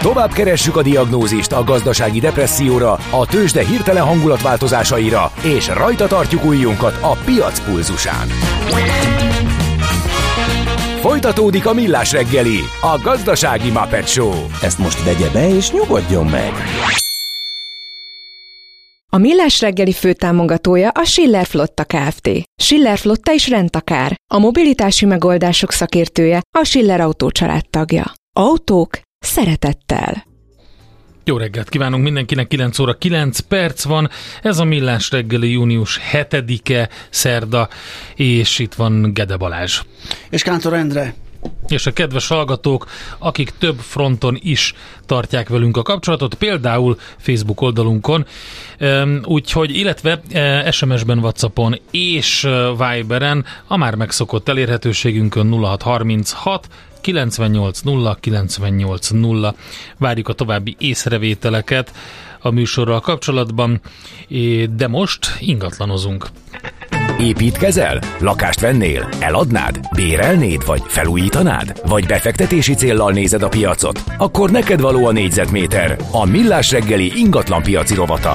Tovább keressük a diagnózist a gazdasági depresszióra, a tőzsde hirtelen hangulatváltozásaira, és rajta tartjuk ujjunkat a piac pulzusán. Folytatódik a Millás reggeli, a gazdasági Muppet Show. Ezt most vegye be és nyugodjon meg! A Millás reggeli főtámogatója a Schiller Flotta Kft. Schiller Flotta is rendtakár. A mobilitási megoldások szakértője, a Schiller Autó család tagja. Autók szeretettel. Jó reggelt kívánunk mindenkinek, 9 óra 9 perc van, ez a Millás reggeli június 7-e szerda, és itt van Gede Balázs. És Kántor Endre. És a kedves hallgatók, akik több fronton is tartják velünk a kapcsolatot, például Facebook oldalunkon, úgyhogy, illetve SMS-ben, WhatsAppon és Viberen a már megszokott elérhetőségünkön 0636 98 98 0. Várjuk a további észrevételeket a műsorral kapcsolatban, de most ingatlanozunk. Építkezel? Lakást vennél? Eladnád? Bérelnéd? Vagy felújítanád? Vagy befektetési céllal nézed a piacot? Akkor neked való a négyzetméter, a Millás reggeli ingatlanpiaci rovata.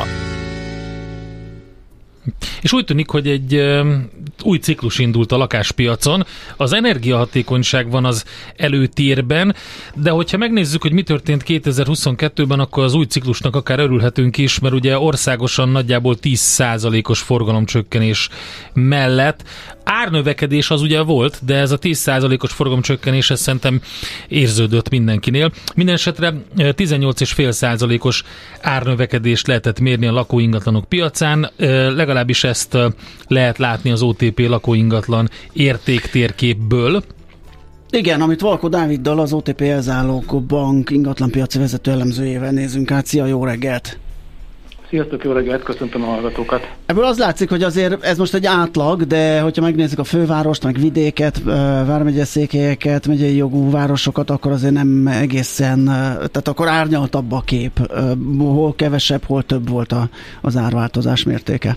És úgy tűnik, hogy egy új ciklus indult a lakáspiacon. Az energiahatékonyság van az előtérben, de hogyha megnézzük, hogy mi történt 2022-ben, akkor az új ciklusnak akár örülhetünk is, mert ugye országosan nagyjából 10%-os forgalomcsökkenés mellett árnövekedés az ugye volt, de ez a 10%-os forgalomcsökkenés, ez szerintem érződött mindenkinél. Mindenesetre 18,5%-os árnövekedést lehetett mérni a lakóingatlanok piacán, legalábbis ezt lehet látni az OTP lakóingatlan értéktérképből. Igen, amit Valkó Dáviddal, az OTP Elzálók Bank ingatlanpiaci vezető elemzőjével nézünk át. Szia, jó reggelt! Sziasztok, jó reggelt, köszöntöm a hallgatókat! Ebből az látszik, hogy azért ez most egy átlag, de hogyha megnézzük a fővárost, meg vidéket, vármegyeszékhelyeket, megyei jogú városokat, akkor azért nem egészen, tehát akkor árnyaltabb a kép. Hol kevesebb, hol több volt az árváltozás mértéke.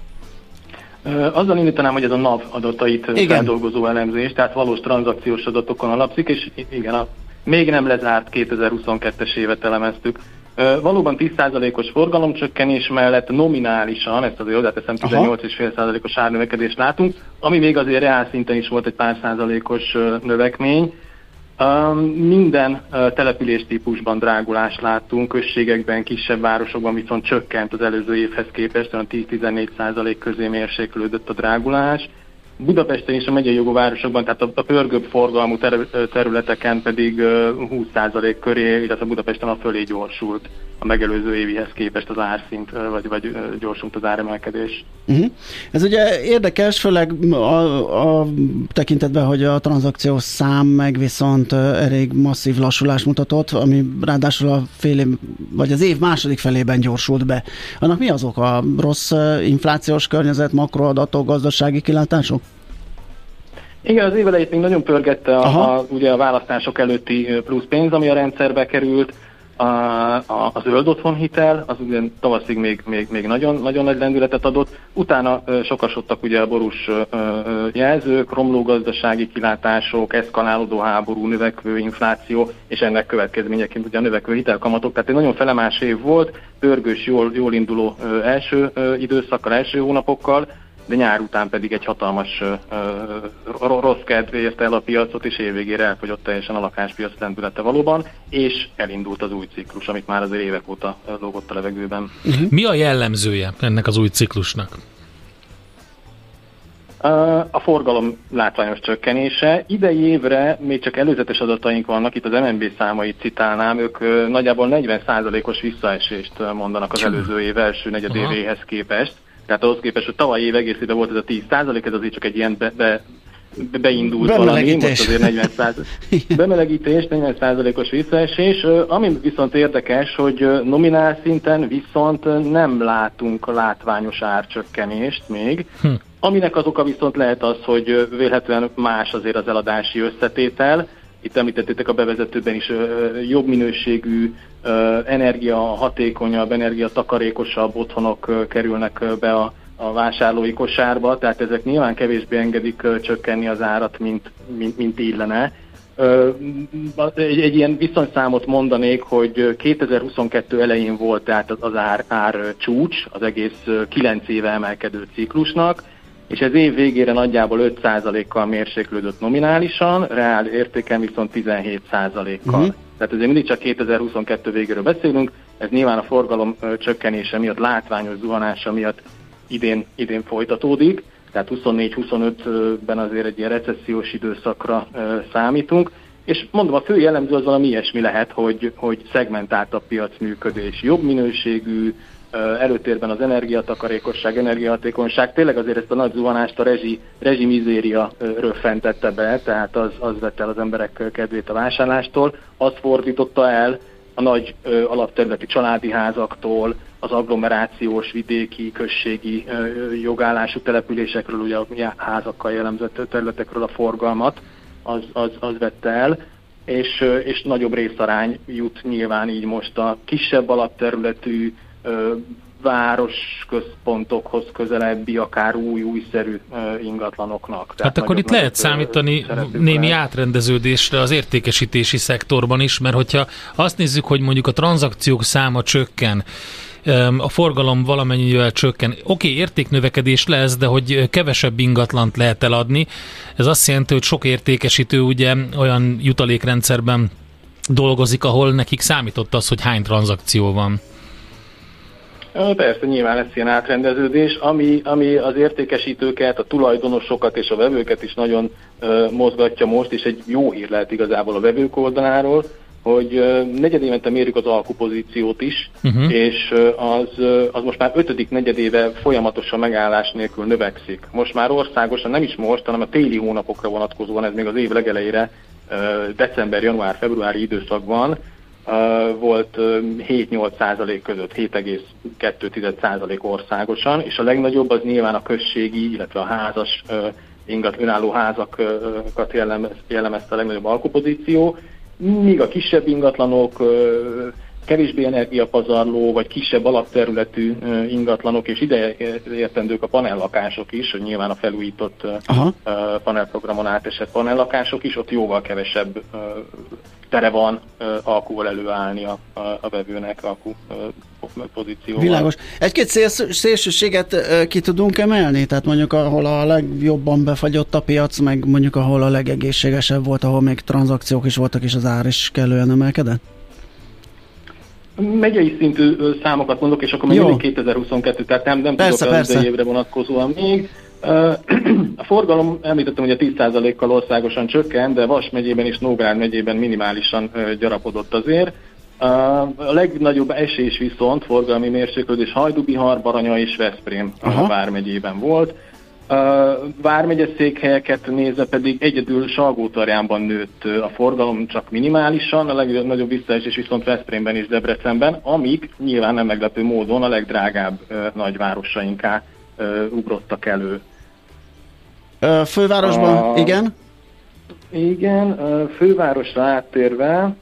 Azzal indítanám, hogy ez a NAV adatait feldolgozó elemzés, tehát valós tranzakciós adatokon alapszik, és igen, a még nem lezárt 2022-es évet elemeztük. Valóban 10%-os forgalomcsökkenés mellett nominálisan, ezt azért hozzáteszem, 18,5%-os árnövekedést látunk, ami még azért reál szinten is volt egy pár százalékos növekmény. Minden településtípusban drágulást láttunk, községekben, kisebb városokban viszont csökkent az előző évhez képest, olyan 10-14% közé mérséklődött a drágulás. Budapesten és a megyei jogú városokban, tehát a pörgőbb forgalmú területeken pedig 20% köré, illetve Budapesten a fölé gyorsult a megelőző évihez képest az árszint, vagy gyorsult az áremelkedés. Ez ugye érdekes, főleg a tekintetben, hogy a tranzakciós szám meg viszont elég masszív lassulást mutatott, ami ráadásul vagy az év második felében gyorsult be. Annak mi az oka? Rossz inflációs környezet, makroadatok, gazdasági kilátások? Igen, az év elejét még nagyon pörgette ugye a választások előtti plusz pénz, ami a rendszerbe került, a zöld otthonhitel, az ugye tavaszig még nagyon, nagyon nagy lendületet adott, utána sokasodtak ugye a borús jelzők, romló gazdasági kilátások, eszkalálódó háború, növekvő infláció, és ennek következményeként ugye a növekvő hitelkamatok, tehát egy nagyon felemás év volt, pörgős, jól induló első időszakkal, első hónapokkal, de nyár után pedig egy hatalmas rossz kedv érte el a piacot, és évvégére elfogyott teljesen a lakáspiac lendülete valóban, és elindult az új ciklus, amit már azért évek óta lógott a levegőben. Mi a jellemzője ennek az új ciklusnak? A forgalom látványos csökkenése. Idei évre még csak előzetes adataink vannak, itt az MNB számait citálnám, ők nagyjából 40%-os visszaesést mondanak az előző év első negyedévéhez képest. Tehát ahhoz képest, hogy tavalyi év egészében volt ez a 10%, ez azért csak egy ilyen beindult valami, most azért 40%. Bemelegítés, 40%-os visszaesés. Ami viszont érdekes, hogy nominál szinten viszont nem látunk látványos árcsökkenést még. Aminek az oka viszont lehet az, hogy vélhetően más azért az eladási összetétel. Itt említettétek a bevezetőben is jobb minőségű, energiahatékonyabb, energiatakarékosabb otthonok kerülnek be a vásárlói kosárba, tehát ezek nyilván kevésbé engedik csökkenni az árat, mint illene. Egy ilyen viszonyszámot mondanék, hogy 2022 elején volt tehát az ár csúcs az egész 9 éve emelkedő ciklusnak, és ez év végére nagyjából 5%-kal mérséklődött nominálisan, reál értéken viszont 17%-kal. Tehát ezért mindig csak 2022 végéről beszélünk, ez nyilván a forgalom csökkenése miatt, látványos zuhanása miatt idén folytatódik, tehát 24-25-ben azért egy ilyen recessziós időszakra számítunk, és mondom, a fő jellemző az valami ilyesmi lehet, hogy szegmentáltabb piacműködés, jobb minőségű, előtérben az energiatakarékosság, energiahatékonyság, tényleg azért ezt a nagy zuhanást a rezsimizéria röffentette be, tehát az vette el az emberek kedvét a vásárlástól, az fordította el a nagy alapterületi családi házaktól, az agglomerációs, vidéki, községi jogállású településekről, ugye a házakkal jellemzett területekről a forgalmat, az vette el, és nagyobb részarány jut nyilván így most a kisebb alapterületű városközpontokhoz közelebbi, akár újszerű ingatlanoknak. Hát akkor itt lehet számítani némi átrendeződésre az értékesítési szektorban is, mert hogyha azt nézzük, hogy mondjuk a tranzakciók száma csökken, a forgalom valamennyivel csökken. Oké, értéknövekedés lesz, de hogy kevesebb ingatlant lehet eladni. Ez azt jelenti, hogy sok értékesítő ugye olyan jutalékrendszerben dolgozik, ahol nekik számított az, hogy hány tranzakció van. Persze, nyilván lesz ilyen átrendeződés, ami az értékesítőket, a tulajdonosokat és a vevőket is nagyon mozgatja most, és egy jó hír lehet igazából a vevők oldaláról, hogy negyedévente mérjük az alkupozíciót is, és az most már 5. negyedéve folyamatosan megállás nélkül növekszik. Most már országosan, nem is most, hanem a téli hónapokra vonatkozóan, ez még az év legelejére, december, január, februári időszakban volt 7-8% között, 7,2% országosan, és a legnagyobb az nyilván a községi, illetve a házas, önálló házakat jellemezte a legnagyobb alkupozíció, míg a kisebb ingatlanok, kevésbé energiapazarló, vagy kisebb alapterületű ingatlanok, és ide értendők a panellakások is, hogy nyilván a felújított panelprogramon átesett panellakások is, ott jóval kevesebb tere van alkuval előállni a vevőnek alkupozícióval. Világos. Egy-két szélsőséget ki tudunk emelni? Tehát mondjuk ahol a legjobban befagyott a piac, meg mondjuk ahol a legegészségesebb volt, ahol még tranzakciók is voltak, és az ár is kellően emelkedett? Megyei szintű számokat mondok, és akkor még 2022, tehát nem tudok az idei évre vonatkozóan még. A forgalom, említettem, hogy a 10%-kal országosan csökkent, de Vas megyében és Nógrád megyében minimálisan gyarapodott azért. A legnagyobb esés viszont forgalmi mérséklődés Hajdú-Bihar, Baranya és Veszprém a vármegyében volt. Vármegye székhelyeket nézve pedig egyedül Salgótarjánban nőtt a forgalom csak minimálisan, a legnagyobb visszaesés viszont Veszprémben és Debrecenben, amik nyilván nem meglepő módon a legdrágább nagyvárosainká ugrottak elő. Fővárosban, igen? Igen, fővárosra áttérve,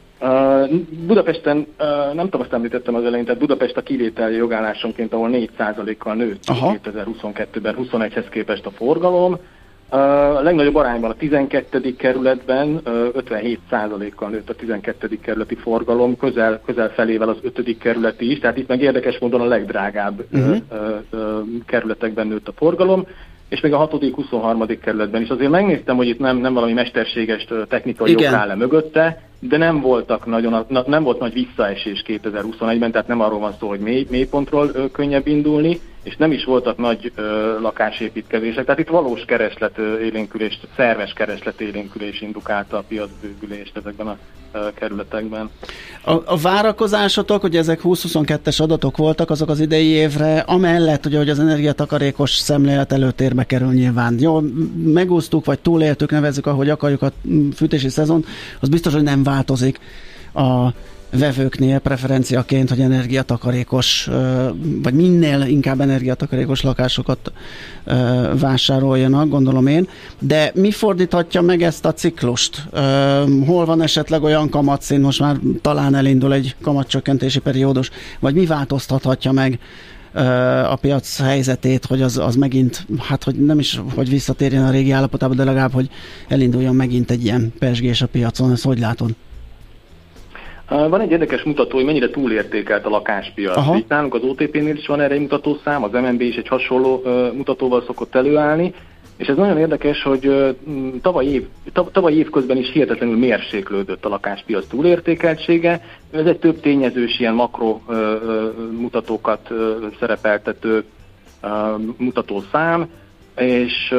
Budapesten, nem tudom, azt említettem az elején, tehát Budapest a kivételi jogállásonként, ahol 4%-kal nőtt 2022-ben 21-hez képest a forgalom. A legnagyobb arányban a 12. kerületben 57%-kal nőtt a 12. kerületi forgalom, közel felével az 5. kerületi is, tehát itt meg érdekes módon a legdrágább kerületekben nőtt a forgalom, és még a 6.-23. kerületben is. Azért megnéztem, hogy itt nem valami mesterséges technikai jog áll le mögötte, de nem volt nagy visszaesés 2021-ben, tehát nem arról van szó, hogy mélypontról könnyebb indulni, és nem is voltak nagy lakásépítkezések. Tehát itt valós keresletélénkülés, szerves keresletélénkülés indukálta a piacbővülést ezekben a kerületekben. A várakozásotok, hogy ezek 2022-es adatok voltak, azok az idei évre, amellett, ugye, hogy az energiatakarékos szemlélet előtérbe kerül nyilván. Jó, megúsztuk, vagy túléltük, nevezzük, ahogy akarjuk a fűtési szezon, az biztos, hogy nem változik a vevőknél preferenciaként, hogy energiatakarékos, vagy minél inkább energiatakarékos lakásokat vásároljanak, gondolom én. De mi fordíthatja meg ezt a ciklust? Hol van esetleg olyan kamatszint, most már talán elindul egy kamatcsökkentési periódus, vagy mi változtathatja meg a piac helyzetét, hogy az megint, hát hogy nem is, hogy visszatérjen a régi állapotába, de legalább, hogy elinduljon megint egy ilyen pezsgés a piacon. Ezt hogy látod? Van egy érdekes mutató, hogy mennyire túlértékelt a lakáspiac. Itt nálunk az OTP-nél is van erre egy mutatószám, az MNB is egy hasonló mutatóval szokott előállni, és ez nagyon érdekes, hogy tavaly év közben is hihetetlenül mérséklődött a lakáspiac túlértékeltsége. Ez egy több tényezős ilyen makro mutatókat szerepeltető mutatószám, és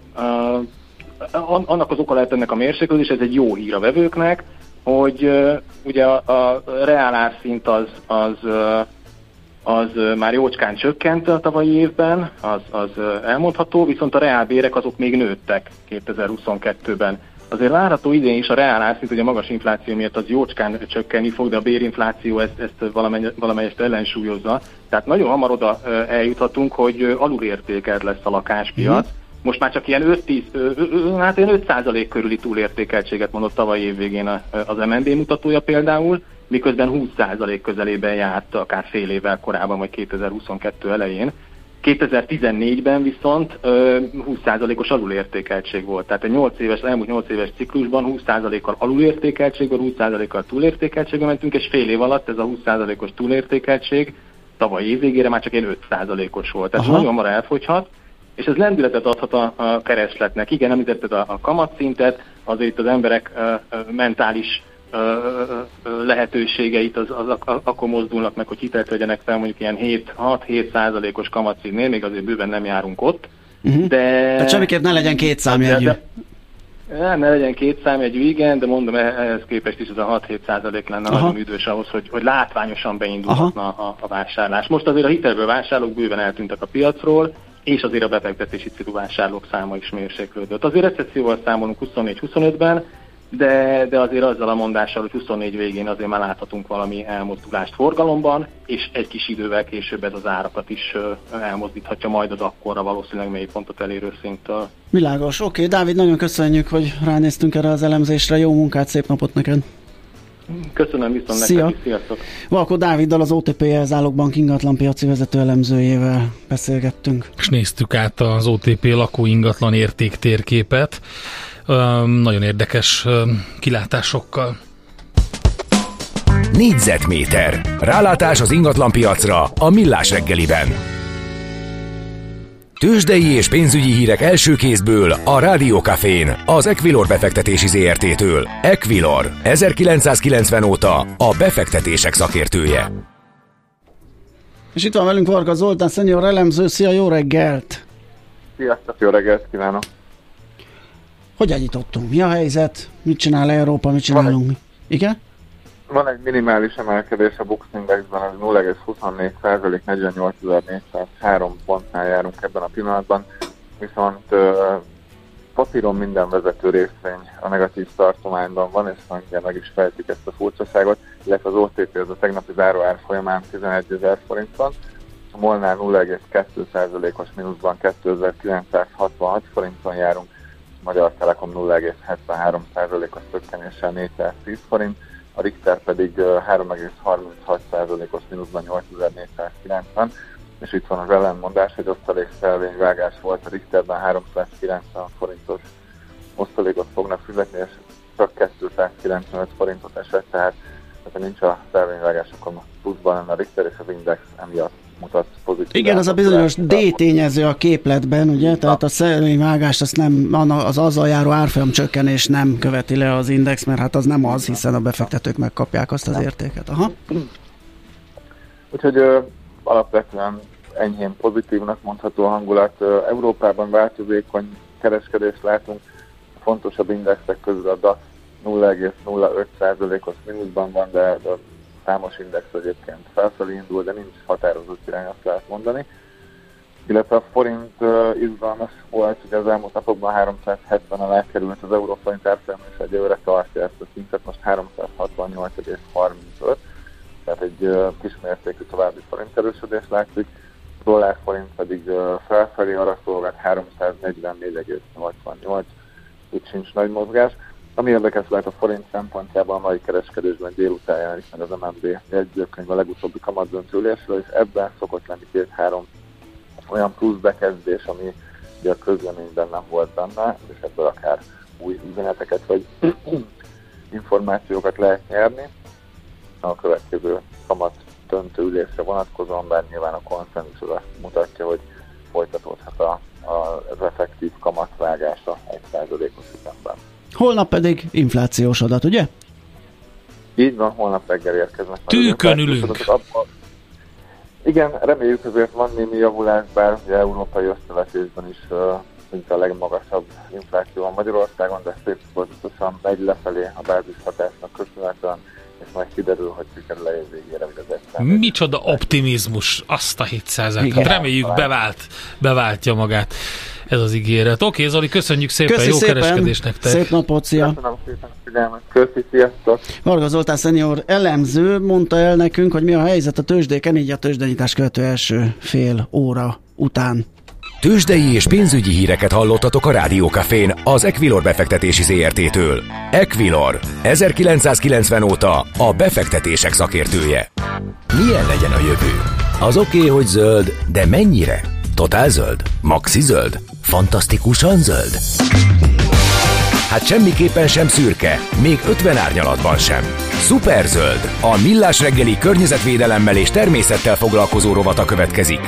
annak az oka lehet ennek a mérséklődés, ez egy jó hír a vevőknek, hogy ugye a reálárszint az már jócskán csökkent a tavalyi évben, az elmondható, viszont a reálbérek azok még nőttek 2022-ben. Azért várható idén is a reálárszint, ugye a magas infláció miatt az jócskán csökkenni fog, de a bérinfláció ezt valamelyest ellensúlyozza. Tehát nagyon hamar oda eljuthatunk, hogy alulértékelt lesz a lakáspiac. Most már csak ilyen 5% körüli túlértékeltséget mondott tavaly év végén az MNB mutatója például, miközben 20% közelében járt akár fél évvel korábban, vagy 2022 elején. 2014-ben viszont 20%-os alulértékeltség volt. Tehát elmúlt 8 éves ciklusban 20%-kal alulértékeltségből, 20%-kal túlértékeltségbe mentünk, és fél év alatt ez a 20%-os túlértékeltség tavaly év végére már csak ilyen 5%-os volt. Tehát nagyon hamar elfogyhat, és ez lendületet adhat a keresletnek. Igen, említetted a kamatszintet, azért itt az emberek mentális lehetőségeit az akkor mozdulnak meg, hogy hitelt vegyenek fel mondjuk ilyen 6-7%-os kamatszintnél, még azért bőven nem járunk ott. Tehát semmiképp ne legyen két számjegyű. Ne legyen két számjegyű, igen, de mondom, ehhez képest is ez a 6-7% lenne nagyon üdvös ahhoz, hogy látványosan beindulhatna a vásárlás. Most azért a hitelből vásárlók bőven eltűntek a piacról, és azért a befektetési célú vásárlók száma is mérséklődött. Azért recesszióval számolunk 24-25-ben, de azért azzal a mondással, hogy 24 végén azért már láthatunk valami elmozdulást forgalomban, és egy kis idővel később ez az árakat is elmozdíthatja majd az akkorra valószínűleg mélypontot elérő szinttől. Világos. Oké, Dávid, nagyon köszönjük, hogy ránéztünk erre az elemzésre. Jó munkát, szép napot neked! Köszönöm, viszont neked is. Sziasztok! Valkó Dáviddal, az OTP Zálogbank ingatlanpiaci vezető elemzőjével beszélgettünk. És néztük át az OTP lakóingatlan érték térképet. Nagyon érdekes kilátásokkal. Négyzetméter. Rálátás az ingatlanpiacra a Millás reggeliben. Tőzsdei és pénzügyi hírek első kézből a Rádió Cafén, az Equilor befektetési ZRT-től. Equilor, 1990 óta a befektetések szakértője. És itt van velünk Varga Zoltán, senior elemző. Szia, jó reggelt! Sziasztok, jó reggelt kívánok! Hogy nyitottunk? Mi a helyzet? Mit csinál Európa? Mit csinálunk mi? Igen? Van egy minimális emelkedés a Bux Indexben, az 0,24%, 48.403 pontnál járunk ebben a pillanatban, viszont papíron minden vezető részvény a negatív tartományban van, és mindjárt meg is fejtik ezt a furcsaságot, illetve az OTP az a tegnapi záróár folyamán 11.000 forinton, a MOL-nál 0,2%-os mínuszban 2.966 forinton járunk, Magyar Telekom 0,73%-os csökkenéssel 410 forint, a Richter pedig 3,36%-os mínuszban 8490, és itt van az ellenmondás, hogy osztalék szelvényvágás volt a Richterben 390 forintos osztalékot fognak fizetni, és csak 295 forintot esett, tehát ha nincs a szelvényvágás, akkor most pluszban lenne a Richter, és az Index emiatt mutat pozitív. Igen, az a bizonyos D tényező a képletben, ugye? Tehát a szelvényvágást azt nem, az azzal járó árfolyam csökkenés nem követi le az Index, mert hát az nem az, hiszen a befektetők megkapják azt az értéket. Aha. Úgyhogy alapvetően enyhén pozitívnak mondható a hangulat. Európában változékony kereskedést látunk, a fontosabb indexek közül a DAX 0,05%-os mínuszban van, de számos index egyébként felfelé indul, de nincs határozott irány, azt lehet mondani. Illetve a forint izgalmas volt, hogy az elmúlt napokban 370 alá került az euróforint árfolyam, és egyelőre tartja ezt a szintet, most 368,35, tehát egy kismértékű további forint erősödés látszik. A dollár-forint pedig felfelé arra szolgált 344,88, itt sincs nagy mozgás. Ami érdekes lehet a forint szempontjában, a mai kereskedésben délután jelenik meg az MNB jegyzőkönyv a legutóbbi kamatdöntőülésről, és ebben szokott lenni 2-3 olyan plusz bekezdés, ami ugye a közleményben nem volt benne, és ebből akár új üzeneteket vagy információkat lehet nyerni a következő kamatdöntőülésre vonatkozóan, bár nyilván a konszenzus azt mutatja, hogy folytatódhat az effektív kamatvágása 1%-os ütemben. Holnap pedig inflációs adat, ugye? Így van, holnap reggel érkeznek. Tűkön ülünk. Igen, reméljük, azért van némi javulás, bár ugye európai összevetésben is mint a legmagasabb infláció van Magyarországon, de szép fokozatosan megy lefelé a bázishatásnak köszönhetően, és majd kiderül, hogy sikerül a év végére, hogy az egyszer. Micsoda optimizmus, azt a 700-et. Reméljük beváltja magát ez az ígéret. Oké, Zoli, köszönjük szépen, Köszi jó szépen. kereskedés nektek. Szép napot, szia! Köszönöm szépen figyelmet, köszi, sziasztok! Varga Zoltán szenior elemző mondta el nekünk, hogy mi a helyzet a tőzsdéken, így a tőzsdenyítás követő első fél óra után. Tőzsdei és pénzügyi híreket hallottatok a Rádiókafén az Equilor befektetési ZRT-től. Equilor, 1990 óta a befektetések szakértője. Milyen legyen a jövő? Az oké, hogy zöld, de mennyire? Totál zöld? Maxi zöld? Fantasztikusan zöld? Hát semmiképpen sem szürke, még 50 árnyalatban sem. Szuperzöld, a Millás reggeli környezetvédelemmel és természettel foglalkozó rovata következik.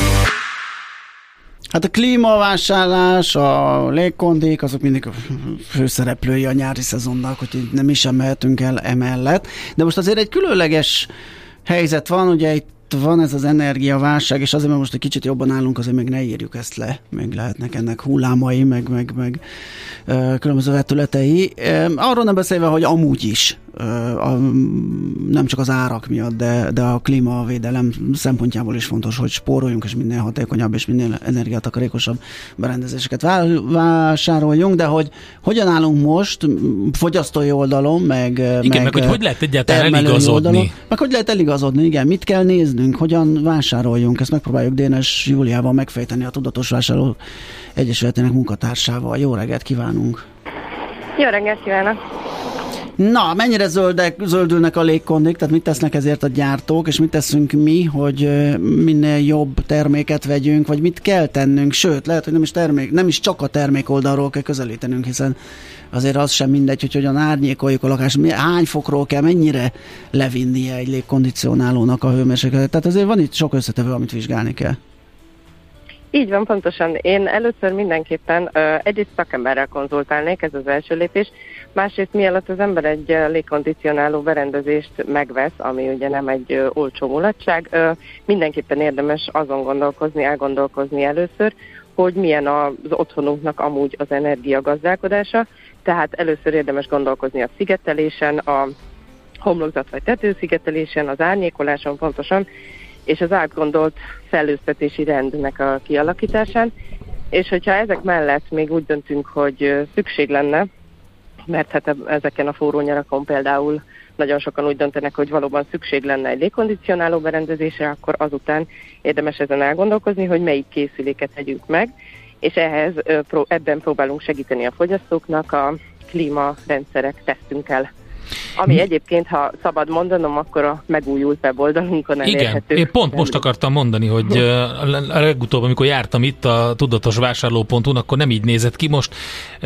Hát a klímavásárlás, a légkondik, azok mindig főszereplői a nyári szezonnak, hogy nem is sem mehetünk el emellett. De most azért egy különleges helyzet van, ugye itt van ez az energiaválság, és azért, mert most egy kicsit jobban állunk, azért még ne írjuk ezt le, még lehetnek ennek hullámai, meg különböző vetületei. Arról nem beszélve, hogy amúgy is, nem csak az árak miatt, de a klímavédelem szempontjából is fontos, hogy spóroljunk, és minél hatékonyabb és minél energiatakarékosabb berendezéseket vásároljunk, de hogy hogyan állunk most fogyasztói oldalon, meg hogy lehet egyáltalán eligazodni. Oldalon, meg hogy lehet eligazodni, igen, mit kell néznünk, hogyan vásároljunk, ezt megpróbáljuk Dénes Júliával megfejteni, a Tudatos Vásárlók Egyesületének munkatársával. Jó reggelt kívánunk! Jó reggelt kívánok! Na, mennyire zöldülnek a légkondik, tehát mit tesznek ezért a gyártók, és mit teszünk mi, hogy minél jobb terméket vegyünk, vagy mit kell tennünk, sőt, lehet, hogy nem is csak a termék oldalról kell közelítenünk, hiszen azért az sem mindegy, hogy hogyan árnyékoljuk a lakást, hány fokról kell, mennyire levinnie egy légkondicionálónak a hőmérsékletet, tehát azért van itt sok összetevő, amit vizsgálni kell. Így van, pontosan. Én először mindenképpen egyrészt szakemberrel konzultálnék, ez az első lépés. Másrészt mielőtt az ember egy légkondicionáló berendezést megvesz, ami ugye nem egy olcsó mulatság, mindenképpen érdemes azon elgondolkozni először, hogy milyen az otthonunknak amúgy az energiagazdálkodása. Tehát először érdemes gondolkozni a szigetelésen, a homlokzat vagy tetőszigetelésen, az árnyékoláson pontosan, és az átgondolt szellőztetési rendnek a kialakításán. És hogyha ezek mellett még úgy döntünk, hogy szükség lenne, mert hát ezeken a forró nyarakon például nagyon sokan úgy döntenek, hogy valóban szükség lenne egy légkondicionáló berendezésre, akkor azután érdemes ezen elgondolkozni, hogy melyik készüléket tegyünk meg, és ebben próbálunk segíteni a fogyasztóknak a klímarendszerek tesztünkkel. Ami egyébként, ha szabad mondanom, akkor a megújult weboldalunkon elérhető. Igen, én pont most akartam mondani, hogy a legutóbb, amikor jártam itt a tudatosvásárló.hu-n, akkor nem így nézett ki, most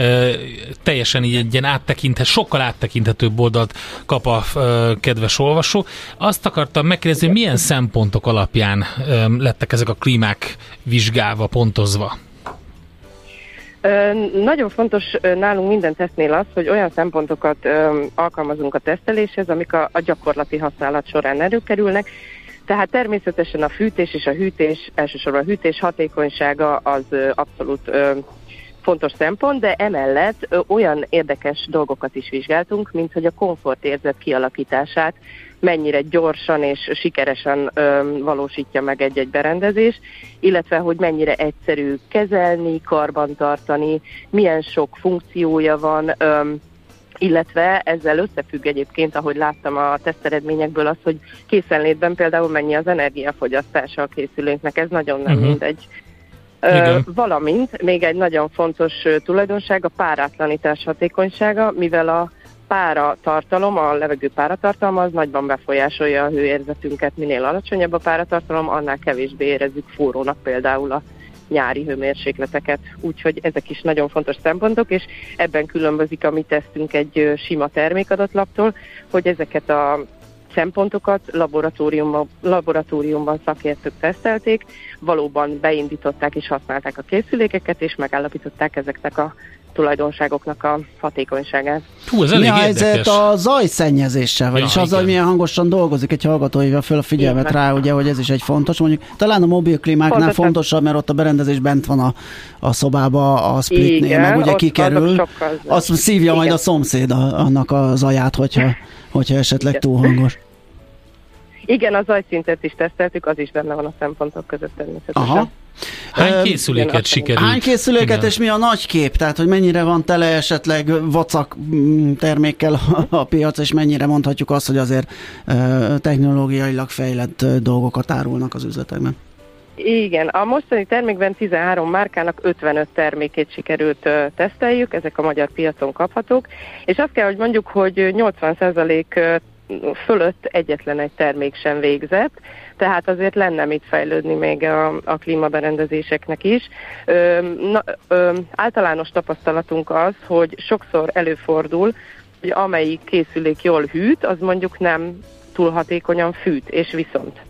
teljesen így egy ilyen sokkal áttekinthetőbb oldalt kap a kedves olvasó. Azt akartam megkérdezni, hogy milyen szempontok alapján lettek ezek a klímák vizsgálva, pontozva? Nagyon fontos nálunk minden tesztnél az, hogy olyan szempontokat alkalmazunk a teszteléshez, amik a gyakorlati használat során előkerülnek. Tehát természetesen a fűtés és a hűtés, elsősorban a hűtés hatékonysága az abszolút fontos szempont, de emellett olyan érdekes dolgokat is vizsgáltunk, mint hogy a komfortérzet kialakítását mennyire gyorsan és sikeresen valósítja meg egy-egy berendezés, illetve hogy mennyire egyszerű kezelni, karbantartani, milyen sok funkciója van, illetve ezzel összefügg egyébként, ahogy láttam a teszteredményekből az, hogy készenlétben például mennyi az energiafogyasztása a készüléknek, ez nagyon nem mindegy. Valamint még egy nagyon fontos tulajdonság a párátlanítás hatékonysága, mivel a páratartalom, a levegő páratartalma az nagyban befolyásolja a hőérzetünket. Minél alacsonyabb a páratartalom, annál kevésbé érezzük forrónak például a nyári hőmérsékleteket. Úgyhogy ezek is nagyon fontos szempontok, és ebben különbözik a mi tesztünk egy sima termékadatlaptól, hogy ezeket a szempontokat laboratóriumban szakértők tesztelték, valóban beindították és használták a készülékeket, és megállapították ezeknek a tulajdonságoknak a hatékonyságát. Ez elég érdekes. Mi a helyzet a zajszennyezéssel, vagyis azzal, hogy milyen hangosan dolgozik, egy hallgató hívja föl a figyelmet rá, ugye, hogy ez is egy fontos, mondjuk talán a mobilklímáknál fontosabb, mert ott a berendezés bent van a szobába, a splitnél, meg ugye kikerül, azt szívja majd a szomszéd annak a zaját, hogyha esetleg túl hangos. Igen, a zajszintet is teszteltük, az is benne van a szempontok között természetesen. Aha. Hány készüléket sikerült? Hány készüléket, és mi a nagy kép? Tehát, hogy mennyire van tele esetleg vacak termékkel a piac, és mennyire mondhatjuk azt, hogy azért technológiailag fejlett dolgokat árulnak az üzletekben? Igen, a mostani termékben 13 márkának 55 termékét sikerült teszteljük, ezek a magyar piacon kaphatók, és azt kell, hogy mondjuk, hogy 80% fölött egyetlen egy termék sem végzett, tehát azért lenne mit fejlődni még a klímaberendezéseknek is. Általános tapasztalatunk az, hogy sokszor előfordul, hogy amelyik készülék jól hűt, az mondjuk nem túl hatékonyan fűt, és viszont.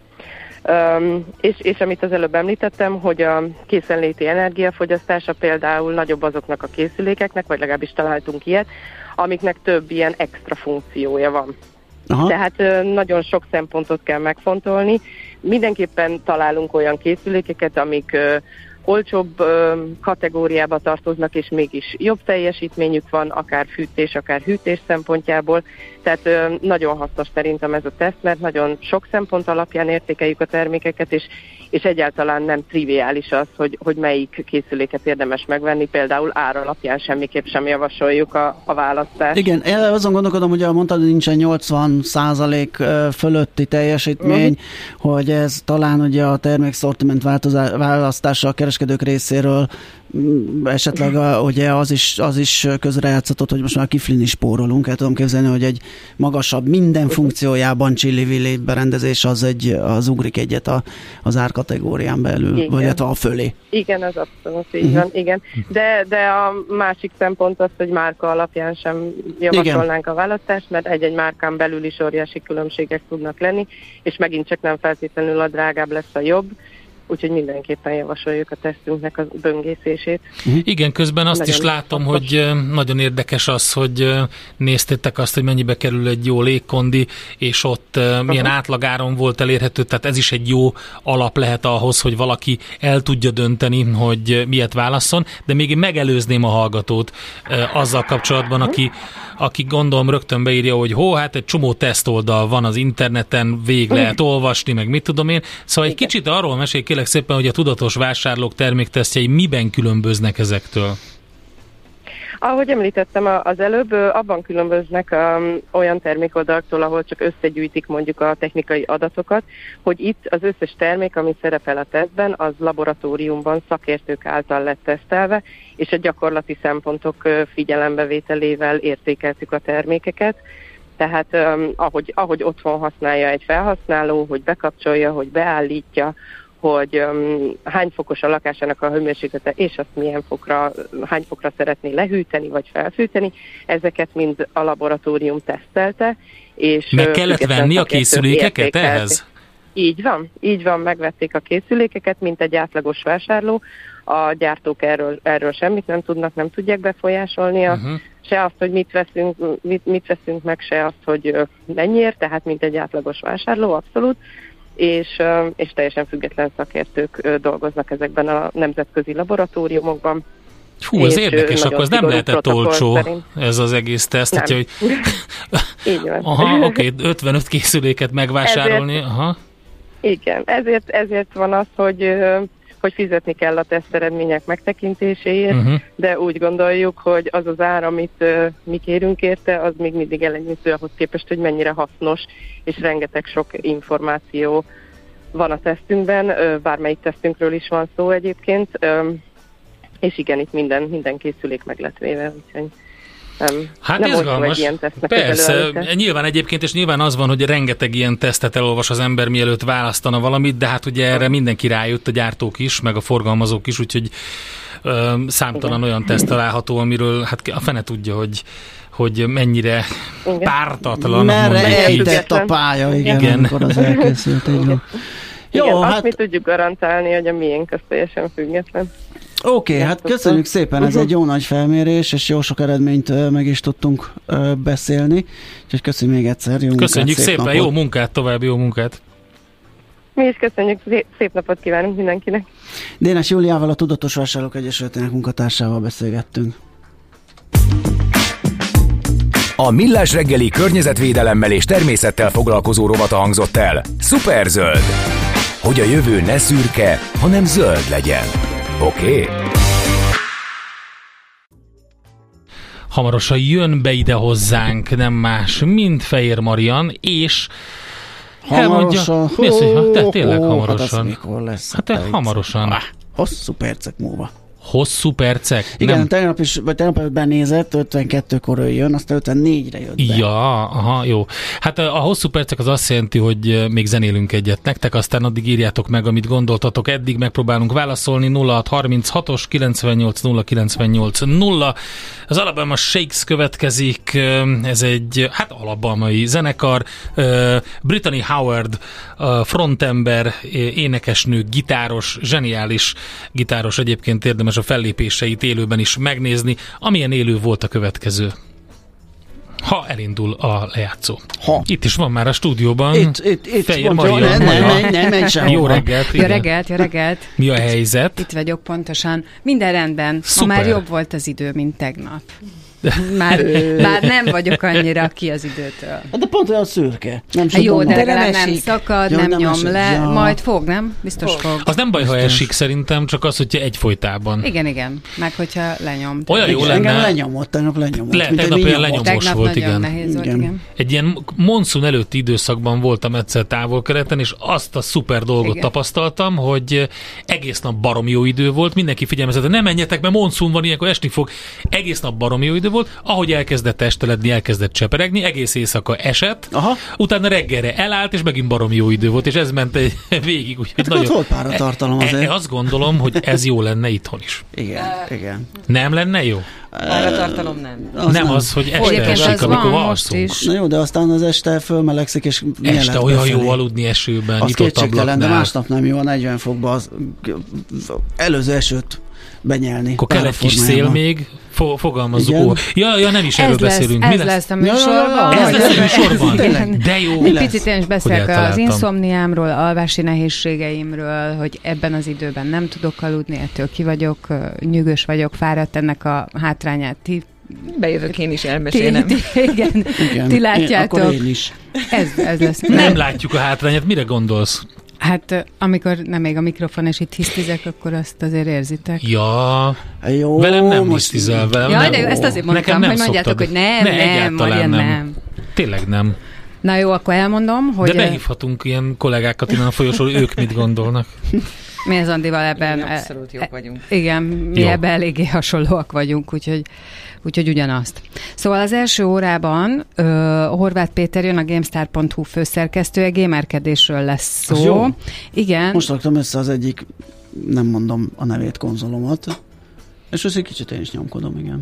És amit az előbb említettem, hogy a készenléti energiafogyasztása például nagyobb azoknak a készülékeknek, vagy legalábbis találtunk ilyet, amiknek több ilyen extra funkciója van. Aha. Tehát nagyon sok szempontot kell megfontolni. Mindenképpen találunk olyan készülékeket, amik olcsóbb kategóriába tartoznak, és mégis jobb teljesítményük van, akár fűtés, akár hűtés szempontjából. Tehát nagyon hasznos szerintem ez a teszt, mert nagyon sok szempont alapján értékeljük a termékeket, és egyáltalán nem triviális az, hogy melyik készüléket érdemes megvenni, például ár alapján semmiképp sem javasoljuk a választást. Igen, azon gondolkodom, hogy mondtad, hogy nincsen 80% fölötti teljesítmény, hogy ez talán ugye a termékszortiment választása a kereskedők részéről esetleg ugye az is közrejátszatott, hogy most már kiflin is spórolunk. El tudom képzelni, hogy egy magasabb, minden funkciójában csillivilli berendezés az ugrik egyet az árkategórián belül, igen. Vagy a fölé. Igen, az abszolút így van, igen. De a másik szempont az, hogy márka alapján sem javasolnánk a választást, mert egy-egy márkán belül is óriási különbségek tudnak lenni, és megint csak nem feltétlenül a drágább lesz a jobb, úgyhogy mindenképpen javasoljuk a tesztünknek a böngészését. Igen, közben azt nagyon is látom, hogy nagyon érdekes az, hogy néztétek azt, hogy mennyibe kerül egy jó légkondi, és ott milyen átlagáron volt elérhető, tehát ez is egy jó alap lehet ahhoz, hogy valaki el tudja dönteni, hogy miért válasszon, de még én megelőzném a hallgatót azzal kapcsolatban, aki gondolom rögtön beírja, hogy hát egy csomó tesztoldal van az interneten, végig lehet olvasni, meg mit tudom én. Szóval egy kicsit arról mesélj kérlek szépen, hogy a tudatos vásárlók terméktesztjei miben különböznek ezektől? Ahogy említettem az előbb, abban különböznek olyan termékoldalaktól, ahol csak összegyűjtik mondjuk a technikai adatokat, hogy itt az összes termék, ami szerepel a tesztben, az laboratóriumban szakértők által lett tesztelve, és a gyakorlati szempontok figyelembevételével értékeltük a termékeket. Tehát ahogy otthon használja egy felhasználó, hogy bekapcsolja, hogy beállítja, hogy hány fokos a lakásának a hőmérséklete, és azt hány fokra szeretné lehűteni, vagy felfűteni, ezeket mind a laboratórium tesztelte. És meg kellett venni a készülékeket ehhez? Így van, megvették a készülékeket, mint egy átlagos vásárló. A gyártók erről semmit nem tudnak, nem tudják befolyásolni se azt, hogy mit veszünk meg, se azt, hogy mennyiért, tehát mint egy átlagos vásárló, abszolút. És teljesen független szakértők dolgoznak ezekben a nemzetközi laboratóriumokban. Hú, ez érdekes, akkor ez nem lehetett olcsó ez az egész teszt. Nem. Hogy így van. Aha, oké, 55 készüléket megvásárolni. Igen, ezért van az, hogy fizetni kell a teszteredmények megtekintéséért, de úgy gondoljuk, hogy az az ár, amit mi kérünk érte, az még mindig elenyésző ahhoz képest, hogy mennyire hasznos, és rengeteg sok információ van a tesztünkben, bármelyik tesztünkről is van szó egyébként, és igen, itt minden készülék meg lett véve, úgyhogy hát nem izgalmas. Persze, nyilván egyébként, és nyilván az van, hogy rengeteg ilyen tesztet elolvas az ember, mielőtt választana valamit, de hát ugye erre mindenki rájött, a gyártók is, meg a forgalmazók is, úgyhogy számtalan olyan teszt található, amiről hát a fene tudja, hogy mennyire pártatlan. Merre ejtett a pálya, igen. Amikor az elkészült. Jó, igen, hát mi tudjuk garantálni, hogy a miénk az teljesen független. Oké, hát köszönjük szépen, ez egy jó nagy felmérés, és jó sok eredményt meg is tudtunk beszélni. Úgyhogy köszönjük még egyszer, jó köszönjük munkát, szépen, napot. Jó munkát, további jó munkát. Mi is köszönjük, szép napot kívánunk mindenkinek. Dénes Júliával, a Tudatos Vásárlók Egyesületének munkatársával beszélgettünk. A Millás reggeli környezetvédelemmel és természettel foglalkozó rovata hangzott el. Szuperzöld! Hogy a jövő ne szürke, hanem zöld legyen. Oké? Hamarosan jön be ide hozzánk, nem más, mint Fejér Marian, és hamarosan? Mi az, hogy tényleg hamarosan. Hát mikor lesz? Hát hamarosan. Hosszú percek múlva. Hosszú percek? Igen, tegnap előtt benézett, 52-kor jön, aztán 54-re jött be. Ja, aha, jó. Hát a hosszú percek az azt jelenti, hogy még zenélünk egyet nektek, aztán addig írjátok meg, amit gondoltatok. Eddig megpróbálunk válaszolni. 0636-os 98 098 0. Az Alabama Shakes következik, ez egy alabamai zenekar. Brittany Howard, frontember, énekesnő, gitáros, zseniális gitáros, egyébként érdemes a fellépéseit élőben is megnézni, amilyen élő volt a következő. Ha elindul a lejátszó. Itt is van már a stúdióban. Itt Fejér Marian. Nem, jó reggelt. Jó reggelt. Mi a helyzet? Itt vagyok pontosan. Minden rendben. Szuper. Ma már jobb volt az idő, mint tegnap. Már nem vagyok annyira ki az időtől. De pont olyan szürke. Nem jó, de legalább nem szakad, nem nyom le, majd fog, nem? Biztos fog. Az nem baj, ha esik szerintem, csak az, hogyha egyfolytában. Igen, meg hogyha lenyom. Olyan jó lenne. Engem lenyomott. Tegnap olyan lenyomós volt, igen. Nehéz volt, igen. Egy ilyen monszun előtti időszakban voltam egyszer távol-keleten, és azt a szuper dolgot tapasztaltam, hogy egész nap baromi jó idő volt, mindenki figyelmezett, nem menjetek, mert monszun van, ilyenkor esni fog. Egész nap baromi jó idő volt, ahogy elkezdett esteledni, elkezdett cseperegni, egész éjszaka esett, utána reggelre elállt, és megint baromi jó idő volt, és ez ment végig. Úgyhogy nagyon... volt páratartalom azért. Azt gondolom, hogy ez jó lenne itthon is. Igen. Nem lenne jó? Páratartalom nem. Nem az, hogy este esik, amikor alszunk. Na jó, de aztán az este fölmelegszik, és este olyan jó aludni esőben, nyitott ablaknál. De másnap nem jó, a 40 fokban az előző esőt benyelni. Akkor kell egy kis szél még, fogalmazzuk. Ja, nem is erről beszélünk. Ez lesz a műsorban. Ez lesz a műsorban. De jó. Egy picit én is beszélek az inszomniámról, alvási nehézségeimről, hogy ebben az időben nem tudok aludni, ettől ki vagyok, nyűgös vagyok, fáradt, ennek a hátrányát bejövök én is elmesélnem. Igen, ti látjátok. Akkor én is. Ez lesz. Nem látjuk a hátrányát, mire gondolsz? Hát, amikor nem még a mikrofon, és itt hisztizek, akkor azt azért érzitek. Ja, jó, velem nem hisztizel, velem ja, nem. De ezt azért mondtam, hogy mondjátok, hogy nem, Marian, nem. Tényleg nem. Na jó, akkor elmondom, hogy... De behívhatunk ilyen kollégákat innen a folyosóról, ők mit gondolnak. Mi az Andival ebben... Abszolút jók vagyunk. Igen, mi ebben eléggé hasonlóak vagyunk, úgyhogy ugyanazt. Szóval az első órában Horváth Péter jön, a GameStar.hu főszerkesztője, gamerkedésről lesz szó. Jó. Igen. Most raktam össze az egyik, nem mondom a nevét, konzolomat, és ezt egy kicsit én is nyomkodom, igen.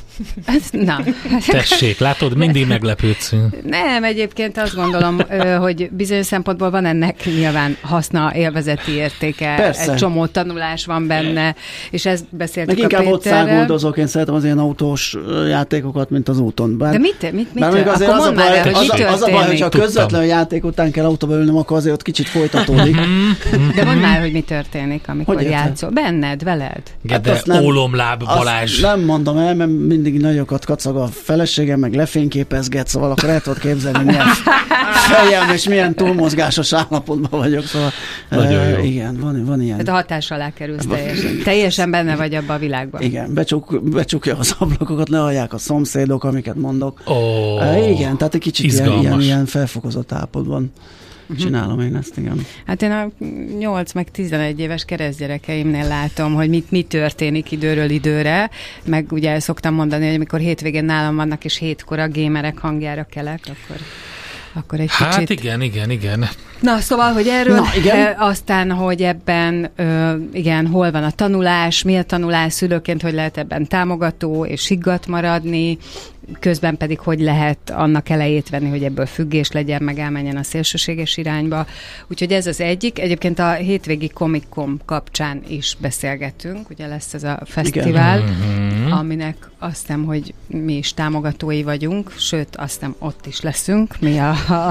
Na. Tessék, látod, mindig meglepődsz. Nem, egyébként azt gondolom, hogy bizonyos szempontból van ennek nyilván haszna, élvezeti értéke. Persze. Egy csomó tanulás van benne, és ezt beszéltük meg a Péterrel. inkább ott száguldozok, én szeretem az ilyen autós játékokat, mint az úton. De mit? Akkor mondd már el, hogy mi történik. Az a baj, hogyha közvetlen játék után kell autóba ülnöm, akkor azért ott kicsit folytatódik. De mondd már, hogy mi történik, amikor játszol. Benned, veled. De ólomláb, Balázs. Nem mondom el, mert mindig nagyokat kacag a feleségem, meg lefényképezget, szóval akkor el tudod képzelni, milyen fejem és milyen túlmozgásos állapotban vagyok. Szóval, igen, van ilyen. Tehát a hatás alá kerülsz teljesen. Teljesen benne vagy abban a világban. Igen, becsukja az ablakokat, lehallják a szomszédok, amiket mondok. Igen, tehát egy kicsit ilyen felfokozott állapotban csinálom én ezt, igen. Hát én a 8 meg 11 éves keresztgyerekeimnél látom, hogy mi történik időről időre, meg ugye szoktam mondani, hogy amikor hétvégén nálam vannak, és 7-kor a gémerek hangjára kelek, akkor egy hát kicsit... igen. Na, szóval, hogy erről, aztán, hogy ebben, igen, hol van a tanulás, mi a tanulás szülőként, hogy lehet ebben támogató és higgadt maradni, közben pedig hogy lehet annak elejét venni, hogy ebből függés legyen, meg elmenjen a szélsőséges irányba. Úgyhogy ez az egyik. Egyébként a hétvégi Comic-Con kapcsán is beszélgetünk. Ugye lesz ez a fesztivál, aminek azt hiszem, hogy mi is támogatói vagyunk, sőt, azt hiszem, ott is leszünk, mi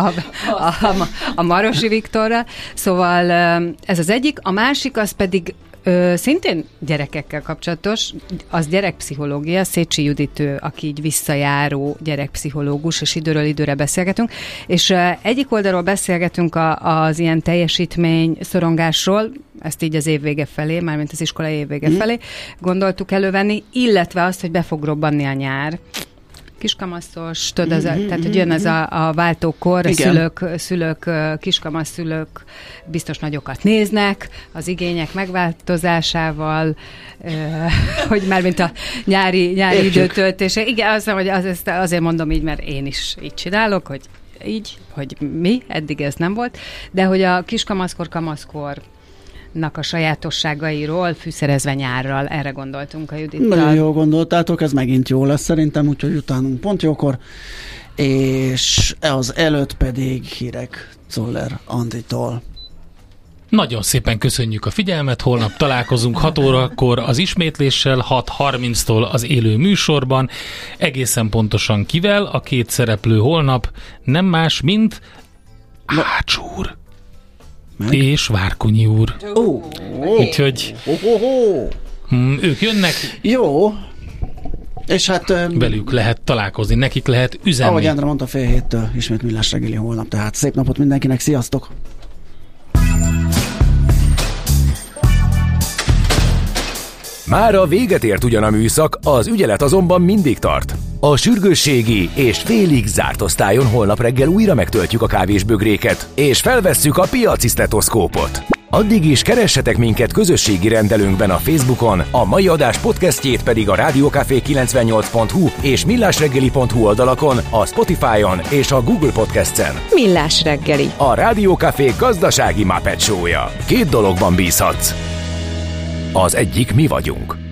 a Marosi Viktorral. Szóval ez az egyik. A másik az pedig szintén gyerekekkel kapcsolatos, az gyerekpszichológia, Szécsi Judit, aki így visszajáró gyerekpszichológus, és időről időre beszélgetünk, és egyik oldalról beszélgetünk az ilyen teljesítmény szorongásról, ezt így az évvége felé, mármint az iskolai évvége felé gondoltuk elővenni, illetve azt, hogy be fog robbanni a nyár. Kiskamaszos, tudod, tehát hogy jön ez a váltókor, szülők, kiskamasz szülők biztos nagyokat néznek, az igények megváltozásával, hogy már mint a nyári időtöltése. Igen, azt mondom, hogy azért mondom így, mert én is így csinálok, hogy így, hogy mi, eddig ez nem volt, de hogy a kiskamaszkor, kamaszkor a sajátosságairól fűszerezve nyárral, erre gondoltunk a Judittal. Nagyon jól gondoltátok, ez megint jó lesz szerintem, úgyhogy utánunk pont jókor, és az előtt pedig hírek Czoller Anditól. Nagyon szépen köszönjük a figyelmet, holnap találkozunk 6 órakor az ismétléssel, 6:30-tól az élő műsorban, egészen pontosan kivel, a két szereplő holnap nem más, mint Ács úr. És Várkonyi úr. Úgyhogy ők jönnek. Jó. És hát velük lehet találkozni, nekik lehet üzenni. Ahogy Endre mondta, 6:30 ismét Millás reggeli holnap, tehát szép napot mindenkinek, sziasztok! Mára véget ért ugyan a műszak, az ügyelet azonban mindig tart. A sürgősségi és félig zárt osztályon holnap reggel újra megtöltjük a kávésbögréket, és felvesszük a piaci sztetoszkópot. Addig is keressetek minket közösségi rendelőnkben a Facebookon, a mai adás podcastjét pedig a rádiókafé98.hu és millásreggeli.hu oldalakon, a Spotify-on és a Google Podcast-en. Millás reggeli. A Rádiókafé gazdasági Muppet Show-ja. 2 dologban bízhatsz. Az egyik mi vagyunk.